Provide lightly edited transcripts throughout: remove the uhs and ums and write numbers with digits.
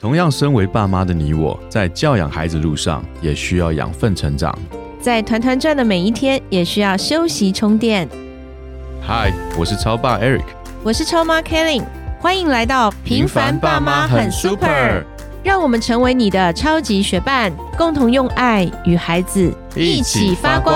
同样身为爸妈的你我，在教养孩子路上也需要养分成长， 在团团转的每一天也需要休息充电。 嗨，我是超爸 Eric， 我是超妈 Kelly， 欢迎来到平凡爸妈很 super， 让我们成为你的超级学伴，共同用爱与孩子一起发光。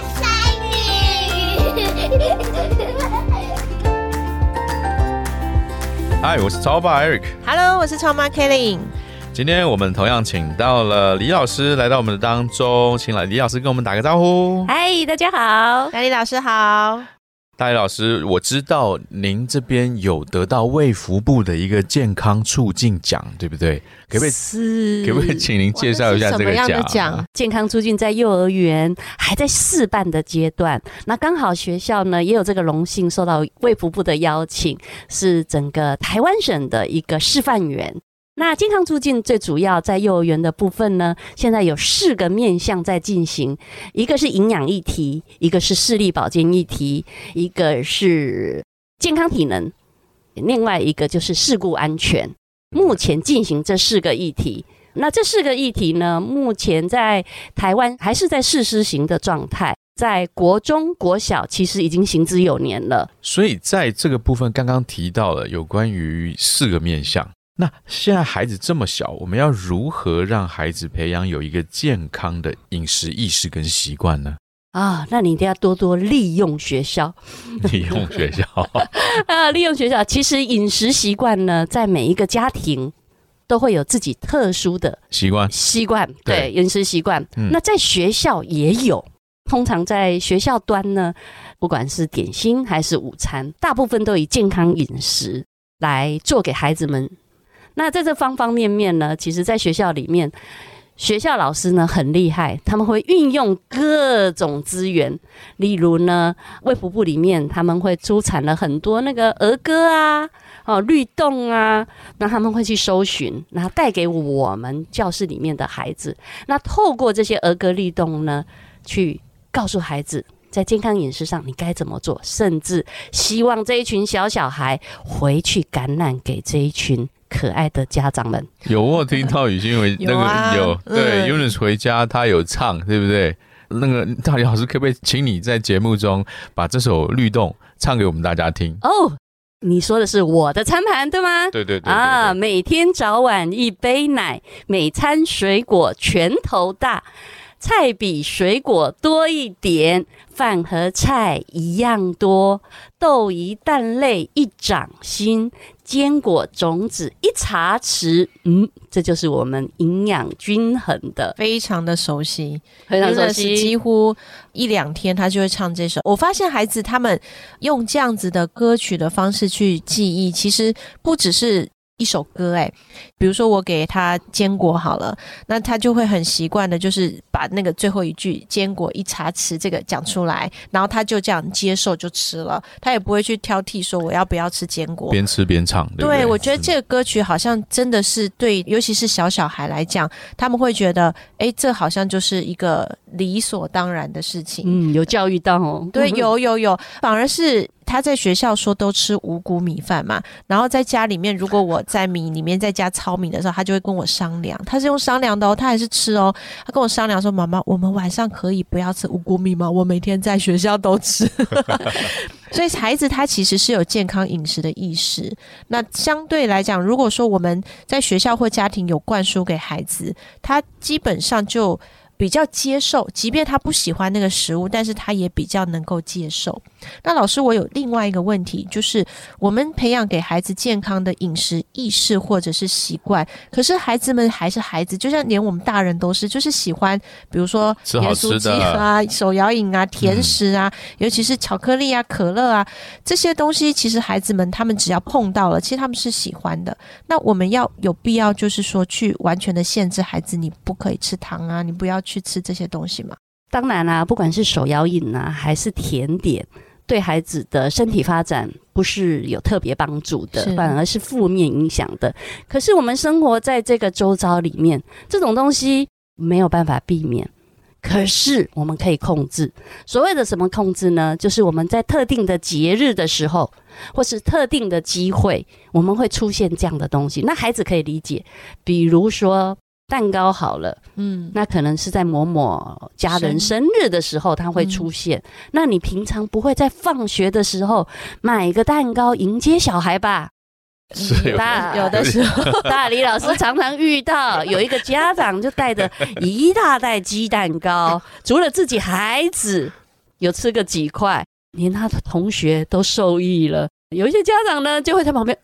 嗨，我是超爸 Eric。 Hello， 我是超妈 Kelly。 今天我们同样请到了李老师来到我们的当中，请来李老师跟我们打个招呼。 嗨，大家好， 李老师好。 大李老师，我知道您这边有得到卫福部的一个健康促进奖，对不对？可不可以请您介绍一下这个奖？什么样的奖？ 健康促进在幼儿园还在试办的阶段，那刚好学校呢也有这个荣幸受到卫福部的邀请，是整个台湾省的一个示范园。那健康促进最主要在幼儿园的部分呢，现在有4个面向在进行，一个是营养议题，一个是视力保健议题，一个是健康体能，另外一个就是事故安全。目前进行这4个议题，那这4个议题呢，目前在台湾还是在试施行的状态，在国中国小其实已经行之有年了。 所以在这个部分刚刚提到了有关于4个面向，那现在孩子这么小，我们要如何让孩子培养有一个健康的饮食意识跟习惯呢？ 那你一定要多多利用学校。 利用学校利用学校，其实饮食习惯呢，在每一个家庭都会有自己特殊的习惯，对，饮食习惯。那在学校也有，通常在学校端呢，不管是点心还是午餐，大部分都以健康饮食来做给孩子们。那在这方方面面呢，其实在学校里面，学校老师呢很厉害，他们会运用各种资源，例如呢，卫福部里面他们会出产了很多那个儿歌啊、律动啊，那他们会去搜寻，然后带给我们教室里面的孩子。那透过这些儿歌律动呢，去告诉孩子，在健康饮食上你该怎么做，甚至希望这一群小孩回去感染给这一群可爱的家长们。 有，我有听到雨欣那个有对 Yunus 回家他有唱，对不对？那个大李老师可不可以请你在节目中把这首律动唱给我们大家听？ 你说的是我的餐盘对吗？ 对， 每天早晚1杯奶，每餐水果拳头大，菜比水果多一点，饭和菜一样多，豆鱼蛋类1掌心，坚果种子1茶匙。这就是我们营养均衡的， 非常的熟悉， 非常熟悉， 几乎1-2天他就会唱这首。我发现孩子他们用这样子的歌曲的方式去记忆，其实不只是一首歌比如说我给他坚果好了，那他就会很习惯的就是把那个最后一句坚果1茶匙这个讲出来，然后他就这样接受就吃了，他也不会去挑剔说我要不要吃坚果， 边吃边唱。 对，我觉得这个歌曲好像真的是对，尤其是小孩来讲，他们会觉得这好像就是一个理所当然的事情。 有教育到对，有，反而是他在学校说都吃五谷米饭嘛，然后在家里面如果我在米里面再加糙米的时候，他就会跟我商量，他是用商量的他还是吃他跟我商量说，妈妈，我们晚上可以不要吃五谷米吗？我每天在学校都吃所以孩子他其实是有健康饮食的意识。那相对来讲，如果说我们在学校或家庭有灌输给孩子，他基本上就比较接受，即便他不喜欢那个食物，但是他也比较能够接受。那老师，我有另外一个问题，就是我们培养给孩子健康的饮食意识或者是习惯，可是孩子们还是孩子，就像连我们大人都是，就是喜欢比如说盐酥鸡啊、手摇饮啊、甜食啊，尤其是巧克力啊、可乐啊，这些东西其实孩子们他们只要碰到了，其实他们是喜欢的。那我们要有必要就是说去完全的限制孩子，你不可以吃糖啊，你不要去吃这些东西吗？ 当然啦，不管是手摇饮啊还是甜点，对孩子的身体发展不是有特别帮助的，反而是负面影响的。可是我们生活在这个周遭里面，这种东西没有办法避免。 可是我们可以控制。所谓的什么控制呢？就是我们在特定的节日的时候，或是特定的机会，我们会出现这样的东西，那孩子可以理解。比如说蛋糕好了，那可能是在某某家人生日的时候它会出现，那你平常不会在放学的时候买一个蛋糕迎接小孩吧？ 有的时候大李老师常常遇到有一个家长就带着一大袋鸡蛋糕，除了自己孩子有吃个几块，连他的同学都受益了。有一些家长呢就会在旁边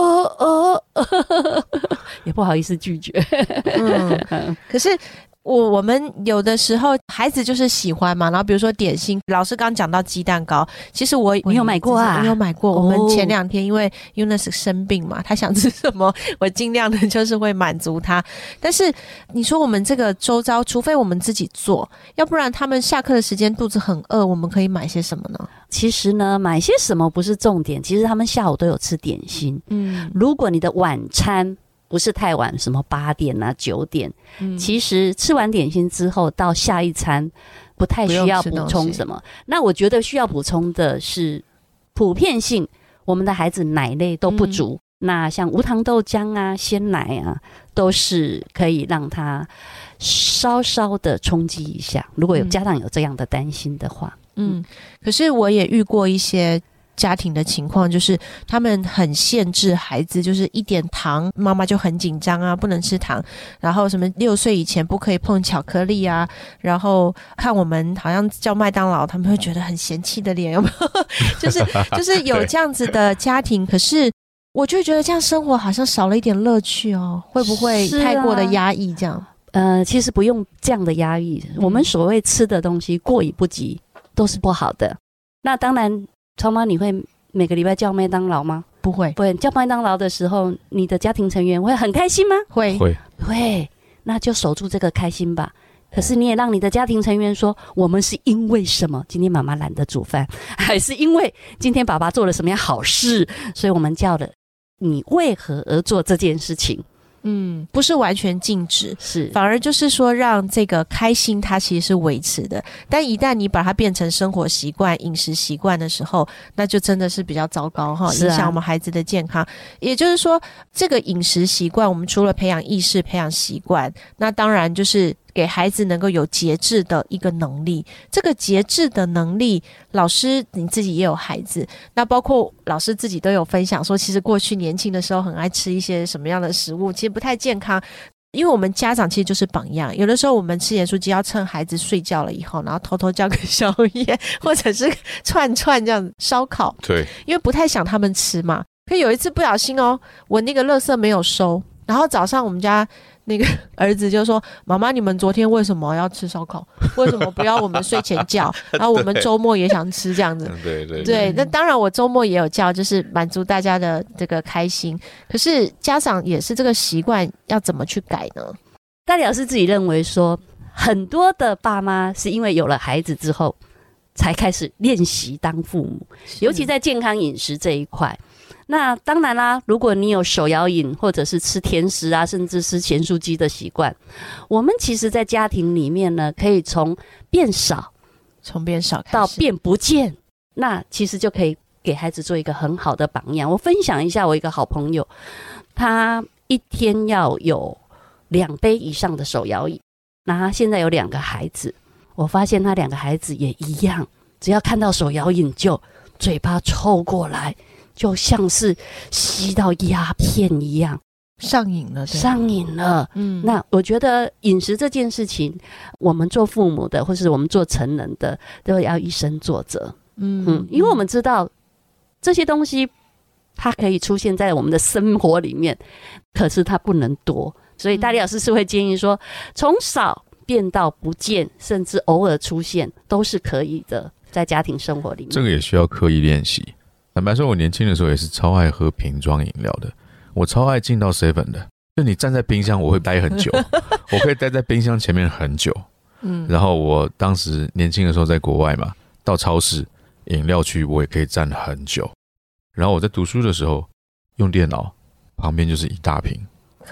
也不好意思拒绝。 可是我们有的时候孩子就是喜欢嘛，然后比如说点心，老师刚讲到鸡蛋糕，其实你有买过啊？ 我有买过。我们前2天因为 Eunice 生病嘛，他想吃什么，我尽量的就是会满足他。但是你说我们这个周遭，除非我们自己做，要不然他们下课的时间肚子很饿，我们可以买些什么呢？ 其实呢，买些什么不是重点，其实他们下午都有吃点心。如果你的晚餐不是太晚，什么8点啊9点，其实吃完点心之后到下一餐不太需要补充什么。那我觉得需要补充的是普遍性，我们的孩子奶类都不足，那像无糖豆浆啊、鲜奶啊，都是可以让他稍稍的冲击一下，如果有家长有这样的担心的话。 可是我也遇过一些家庭的情况，就是他们很限制孩子，就是一点糖妈妈就很紧张啊，不能吃糖，然后什么6岁以前不可以碰巧克力啊，然后看我们好像叫麦当劳，他们会觉得很嫌弃的脸，有没有？就是有这样子的家庭，可是我就觉得这样生活好像少了一点乐趣哦，会不会太过的压抑这样？ 其实不用这样的压抑，我们所谓吃的东西过犹不及都是不好的。那当然超妈，你会每个礼拜叫麦当劳吗？ 不会。 不会。叫麦当劳的时候，你的家庭成员会很开心吗？ 会。 那就守住这个开心吧。可是你也让你的家庭成员说，我们是因为什么？今天妈妈懒得煮饭，还是因为今天爸爸做了什么样好事，所以我们叫了你为何而做这件事情？ 不是完全禁止， 是反而就是说让这个开心它其实是维持的，但一旦你把它变成生活习惯、饮食习惯的时候，那就真的是比较糟糕哈，影响我们孩子的健康。也就是说，这个饮食习惯，我们除了培养意识、培养习惯，那当然就是给孩子能够有节制的一个能力。这个节制的能力，老师你自己也有孩子，那包括老师自己都有分享说，其实过去年轻的时候很爱吃一些什么样的食物，其实不太健康。因为我们家长其实就是榜样，有的时候我们吃盐酥鸡要趁孩子睡觉了以后，然后偷偷叫个宵夜，或者是串这样烧烤， 对， 因为不太想他们吃嘛。可有一次不小心我那个垃圾没有收，然后早上我们家那个儿子就说，妈妈你们昨天为什么要吃烧烤，为什么不要我们睡前叫然后我们周末也想吃这样子。对，那当然我周末也有叫，就是满足大家的这个开心。可是家长也是这个习惯要怎么去改呢？ 大李老师自己认为说，很多的爸妈是因为有了孩子之后才开始练习当父母，尤其在健康饮食这一块。那当然啦，如果你有手摇饮或者是吃甜食啊，甚至吃咸酥鸡的习惯，我们其实在家庭里面呢，可以从变少到变不见，那其实就可以给孩子做一个很好的榜样。我分享一下我一个好朋友，他一天要有2杯以上的手摇饮，那他现在有2个孩子，我发现他2个孩子也一样，只要看到手摇饮就嘴巴凑过来，就像是吸到鸦片一样， 上瘾了。 那我觉得饮食这件事情，我们做父母的或是我们做成人的都要以身作则。因为我们知道这些东西它可以出现在我们的生活里面，可是它不能多，所以大李老师是会建议说，从少变到不见，甚至偶尔出现都是可以的，在家庭生活里面。 这个也需要刻意练习。坦白说，我年轻的时候也是超爱喝瓶装饮料的，我超爱进到 7 的，就你站在冰箱我会待很久我可以待在冰箱前面很久。然后我当时年轻的时候在国外嘛，到超市饮料区我也可以站很久。然后我在读书的时候用电脑，旁边就是一大瓶可乐，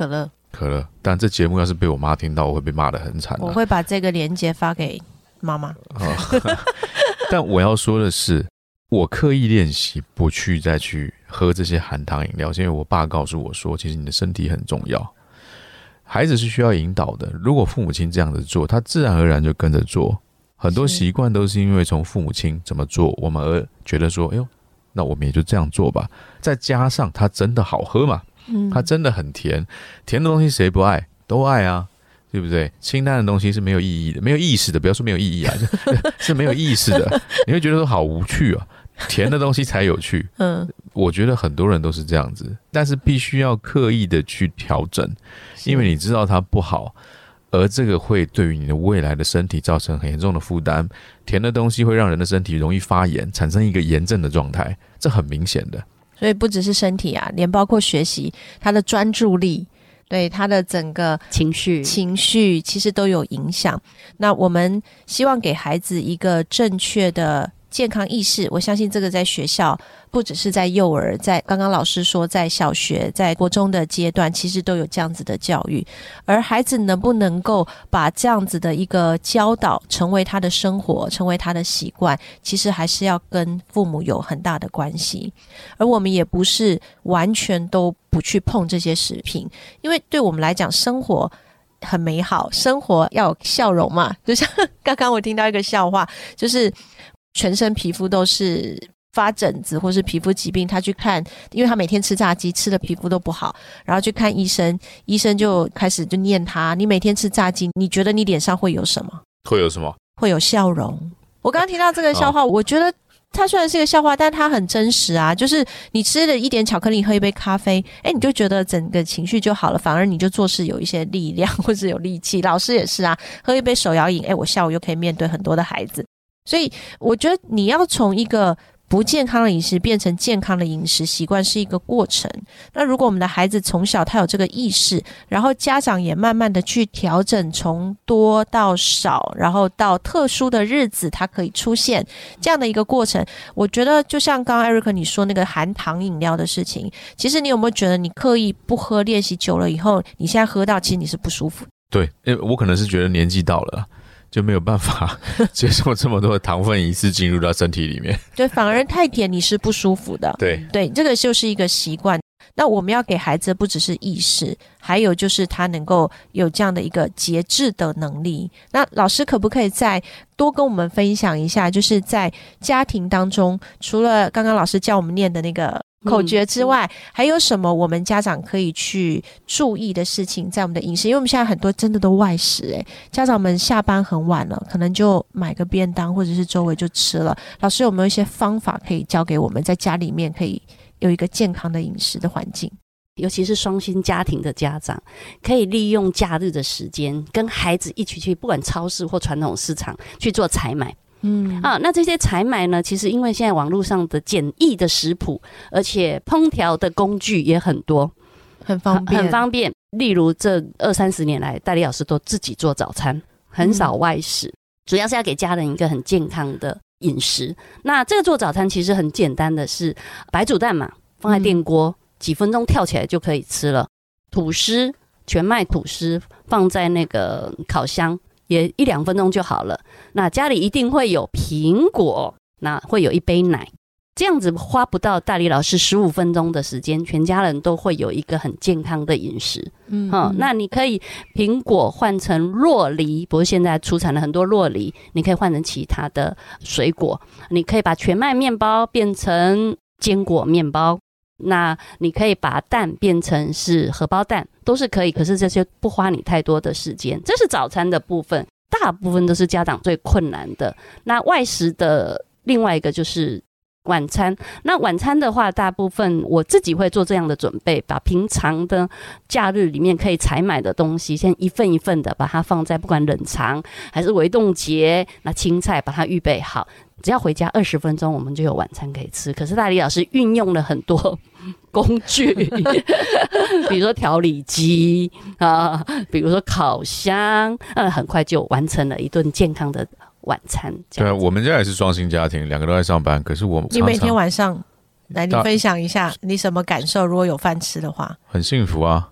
可乐，但这节目要是被我妈听到，我会被骂得很惨。 我会把这个连结发给妈妈。 但我要说的是，我刻意练习不去再去喝这些含糖饮料，因为我爸告诉我说，其实你的身体很重要，孩子是需要引导的。如果父母亲这样子做，他自然而然就跟着做。很多习惯都是因为从父母亲怎么做，我们而觉得说，哎呦，那我们也就这样做吧。再加上它真的好喝嘛，它真的很甜，甜的东西谁不爱？都爱啊。对不对？清淡的东西是没有意义的，没有意识的，不要说没有意义啊，是没有意识的。你会觉得说好无趣啊，甜的东西才有趣。我觉得很多人都是这样子，但是必须要刻意的去调整，因为你知道它不好，而这个会对于你的未来的身体造成很严重的负担。甜的东西会让人的身体容易发炎，产生一个炎症的状态，这很明显的。 所以不只是身体啊，连包括学习，他的专注力。对他的整个情绪其实都有影响。那我们希望给孩子一个正确的健康意识，我相信这个在学校不只是在幼儿，在刚刚老师说在小学在国中的阶段其实都有这样子的教育，而孩子能不能够把这样子的一个教导成为他的生活，成为他的习惯，其实还是要跟父母有很大的关系。而我们也不是完全都不去碰这些食品，因为对我们来讲生活很美好，生活要有笑容嘛。就像刚刚我听到一个笑话，就是全身皮肤都是发疹子或是皮肤疾病，他去看，因为他每天吃炸鸡，吃的皮肤都不好，然后去看医生，医生就开始就念他，你每天吃炸鸡，你觉得你脸上会有什么？ 会有什么？ 会有笑容。我刚刚听到这个笑话，我觉得它虽然是一个笑话，但它很真实啊。就是你吃了一点巧克力，喝一杯咖啡，你就觉得整个情绪就好了，反而你就做事有一些力量或者有力气。老师也是啊，喝一杯手摇饮，我下午又可以面对很多的孩子。所以我觉得你要从一个不健康的饮食变成健康的饮食习惯是一个过程。那如果我们的孩子从小他有这个意识，然后家长也慢慢的去调整，从多到少，然后到特殊的日子它可以出现这样的一个过程，我觉得就像刚刚 Eric 你说那个含糖饮料的事情，其实你有没有觉得你刻意不喝，练习久了以后，你现在喝到其实你是不舒服？ 对，我可能是觉得年纪到了就没有办法接受这么多的糖分一次进入到身体里面。 对，反而太甜你是不舒服的。对，这个就是一个习惯。那我们要给孩子不只是意识，还有就是他能够有这样的一个节制的能力。那老师可不可以再多跟我们分享一下，就是在家庭当中，除了刚刚老师教我们念的那个口诀之外，还有什么我们家长可以去注意的事情在我们的饮食？因为我们现在很多真的都外食，家长们下班很晚了，可能就买个便当或者是周围就吃了。老师有没有一些方法可以教给我们，在家里面可以有一个健康的饮食的环境？ 尤其是双薪家庭的家长，可以利用假日的时间跟孩子一起去不管超市或传统市场去做采买。那这些采买呢，其实因为现在网络上的简易的食谱，而且烹调的工具也很多， 很方便。 例如这20-30年来，代理老师都自己做早餐，很少外食，主要是要给家人一个很健康的饮食。那这个做早餐其实很简单的是白煮蛋嘛，放在电锅，几分钟跳起来就可以吃了。吐司，全麦吐司放在那个烤箱，也1-2分钟就好了。那家里一定会有苹果，那会有一杯奶，这样子花不到代理老师15分钟的时间，全家人都会有一个很健康的饮食。那你可以苹果换成酪梨，不是现在出产了很多酪梨，你可以换成其他的水果。你可以把全麦面包变成坚果面包，那你可以把蛋变成是荷包蛋，都是可以，可是这些不花你太多的时间。这是早餐的部分，大部分都是家长最困难的。那外食的另外一个就是晚餐，那晚餐的话，大部分我自己会做这样的准备，把平常的假日里面可以采买的东西，先一份一份的把它放在不管冷藏还是微冻结，那青菜把它预备好，只要回家20分钟我们就有晚餐可以吃。可是代理老师运用了很多工具比如说调理机比如说烤箱，很快就完成了一顿健康的晚餐。 对啊，我们家也是双薪家庭，2个都在上班，可是我你每天晚上来，你分享一下你什么感受？如果有饭吃的话， 很幸福啊。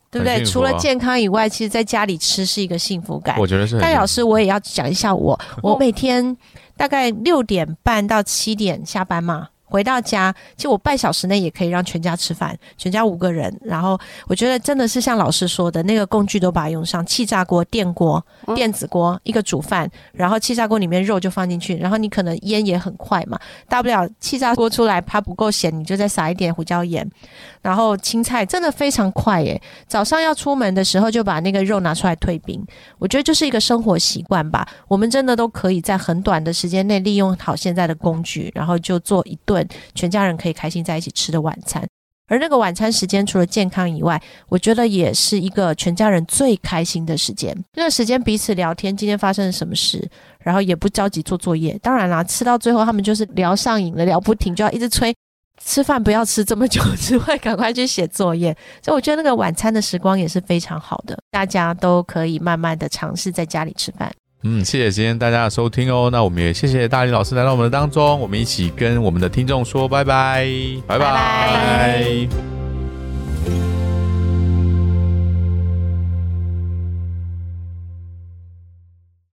对不对？除了健康以外，其实在家里吃是一个幸福感。 我觉得是。 戴老师，我也要讲一下我每天大概6点半到7点下班嘛。回到家，其实我半小时内也可以让全家吃饭，全家5个人。然后我觉得真的是像老师说的，那个工具都把它用上，气炸锅、电锅、电子锅，一个煮饭，然后气炸锅里面肉就放进去，然后你可能腌也很快嘛，大不了气炸锅出来怕不够咸，你就再撒一点胡椒盐，然后青菜真的非常快耶。早上要出门的时候就把那个肉拿出来退冰，我觉得就是一个生活习惯吧。我们真的都可以在很短的时间内利用好现在的工具，然后就做一顿全家人可以开心在一起吃的晚餐。而那个晚餐时间除了健康以外，我觉得也是一个全家人最开心的时间。那个时间彼此聊天，今天发生了什么事，然后也不着急做作业。当然啦，吃到最后他们就是聊上瘾了，聊不停，就要一直催吃饭不要吃这么久之外，赶快去写作业。所以我觉得那个晚餐的时光也是非常好的，大家都可以慢慢的尝试在家里吃饭。 谢谢今天大家的收听哦。那我们也谢谢大林老师来到我们的当中，我们一起跟我们的听众说拜拜，拜拜。